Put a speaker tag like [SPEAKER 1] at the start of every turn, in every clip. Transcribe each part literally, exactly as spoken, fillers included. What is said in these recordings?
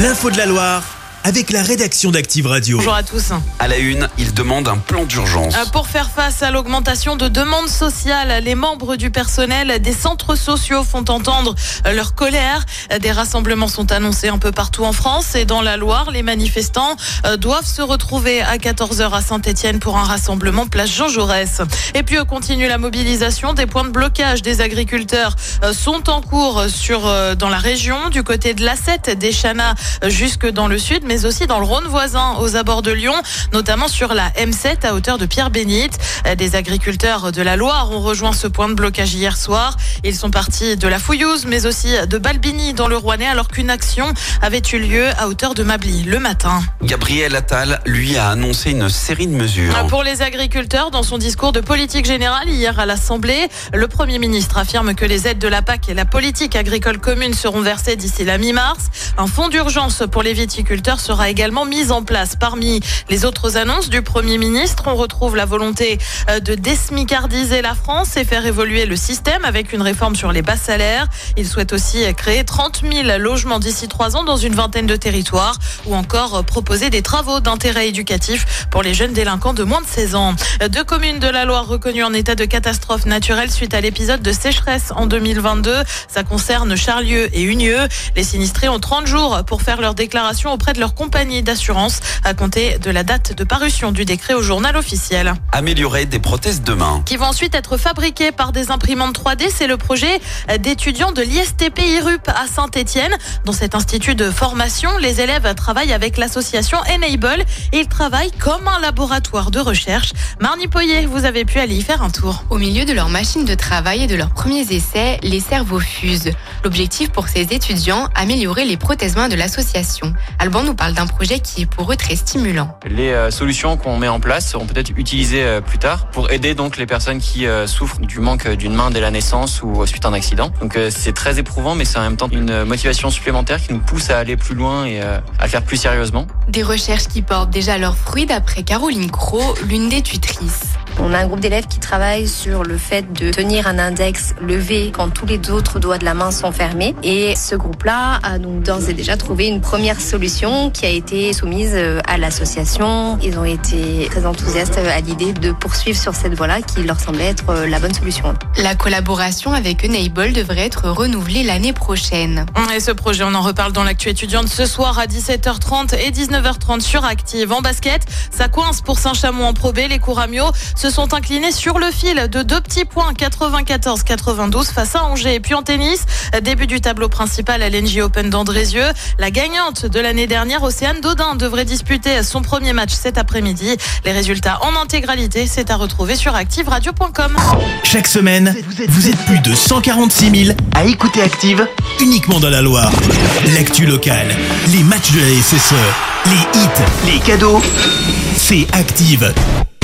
[SPEAKER 1] L'info de la Loire avec la rédaction d'Active Radio.
[SPEAKER 2] Bonjour à tous.
[SPEAKER 3] À la une, il demande un plan d'urgence.
[SPEAKER 2] Pour faire face à l'augmentation de demandes sociales, les membres du personnel des centres sociaux font entendre leur colère. Des rassemblements sont annoncés un peu partout en France et dans la Loire. Les manifestants doivent se retrouver à quatorze heures à Saint-Étienne pour un rassemblement place Jean Jaurès. Et puis continue la mobilisation. Des points de blocage des agriculteurs sont en cours sur, dans la région, du côté de l'A sept, des Chanas jusque dans le sud, mais aussi dans le Rhône voisin, aux abords de Lyon, notamment sur la M sept à hauteur de Pierre-Bénite. Des agriculteurs de la Loire ont rejoint ce point de blocage hier soir. Ils sont partis de la Fouillouse, mais aussi de Balbigny dans le Rouennais, alors qu'une action avait eu lieu à hauteur de Mably le matin.
[SPEAKER 3] Gabriel Attal, lui, a annoncé une série de mesures.
[SPEAKER 2] Pour les agriculteurs, dans son discours de politique générale hier à l'Assemblée, le Premier ministre affirme que les aides de la P A C et la politique agricole commune seront versées d'ici la mi-mars. Un fonds d'urgence pour les viticulteurs sera également mis en place. Parmi les autres annonces du Premier ministre, on retrouve la volonté de désmicardiser la France et faire évoluer le système avec une réforme sur les bas salaires. Il souhaite aussi créer trente mille logements d'ici trois ans dans une vingtaine de territoires ou encore proposer des travaux d'intérêt éducatif pour les jeunes délinquants de moins de seize ans. Deux communes de la Loire reconnues en état de catastrophe naturelle suite à l'épisode de sécheresse en deux mille vingt-deux. Ça concerne Charlieu et Unieux. Les sinistrés ont trente jours pour faire leur déclaration auprès de leur compagnie d'assurance à compter de la date de parution du décret au journal officiel.
[SPEAKER 3] Améliorer des prothèses de main.
[SPEAKER 2] Qui vont ensuite être fabriquées par des imprimantes trois D. C'est le projet d'étudiants de l'I S T P I R U P à Saint-Étienne. Dans cet institut de formation, les élèves travaillent avec l'association Enable et ils travaillent comme un laboratoire de recherche. Marnie Poyer, vous avez pu aller y faire un tour.
[SPEAKER 4] Au milieu de leur machine de travail et de leurs premiers essais, les cerveaux fusent. L'objectif pour ces étudiants, améliorer les prothèses mains de l'association. Alban nous parle d'un projet qui est pour eux très stimulant.
[SPEAKER 5] Les euh, solutions qu'on met en place seront peut-être utilisées euh, plus tard pour aider donc les personnes qui euh, souffrent du manque d'une main dès la naissance ou suite à un accident. Donc euh, c'est très éprouvant, mais c'est en même temps une motivation supplémentaire qui nous pousse à aller plus loin et euh, à le faire plus sérieusement.
[SPEAKER 4] Des recherches qui portent déjà leurs fruits d'après Caroline Cros, l'une des tutrices.
[SPEAKER 6] On a un groupe d'élèves qui travaille sur le fait de tenir un index levé quand tous les autres doigts de la main sont fermés. Et ce groupe-là a donc d'ores et déjà trouvé une première solution qui a été soumise à l'association. Ils ont été très enthousiastes à l'idée de poursuivre sur cette voie-là qui leur semblait être la bonne solution.
[SPEAKER 4] La collaboration avec Enable devrait être renouvelée l'année prochaine.
[SPEAKER 2] Et ce projet, on en reparle dans l'actu étudiante ce soir à dix-sept heures trente et dix-neuf heures trente sur Active. En basket, ça coince pour Saint-Chamond en Pro B. Les Courammiots se sont inclinés sur le fil de deux petits points, quatre-vingt-quatorze à quatre-vingt-douze face à Angers. Et puis en tennis, début du tableau principal à l'N J Open d'Andrézieux. La gagnante de l'année dernière, Océane Dodin, devrait disputer son premier match cet après-midi. Les résultats en intégralité, c'est à retrouver sur active radio point com.
[SPEAKER 1] Chaque semaine, vous êtes plus de cent quarante-six mille à écouter Active uniquement dans la Loire. L'actu locale, les matchs de la S S E, les hits, les cadeaux, c'est Active.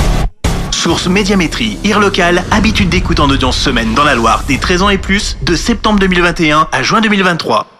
[SPEAKER 1] Source Médiamétrie, I R local, habitude d'écoute en audience semaine dans la Loire des treize ans et plus, de septembre deux mille vingt et un à juin deux mille vingt-trois.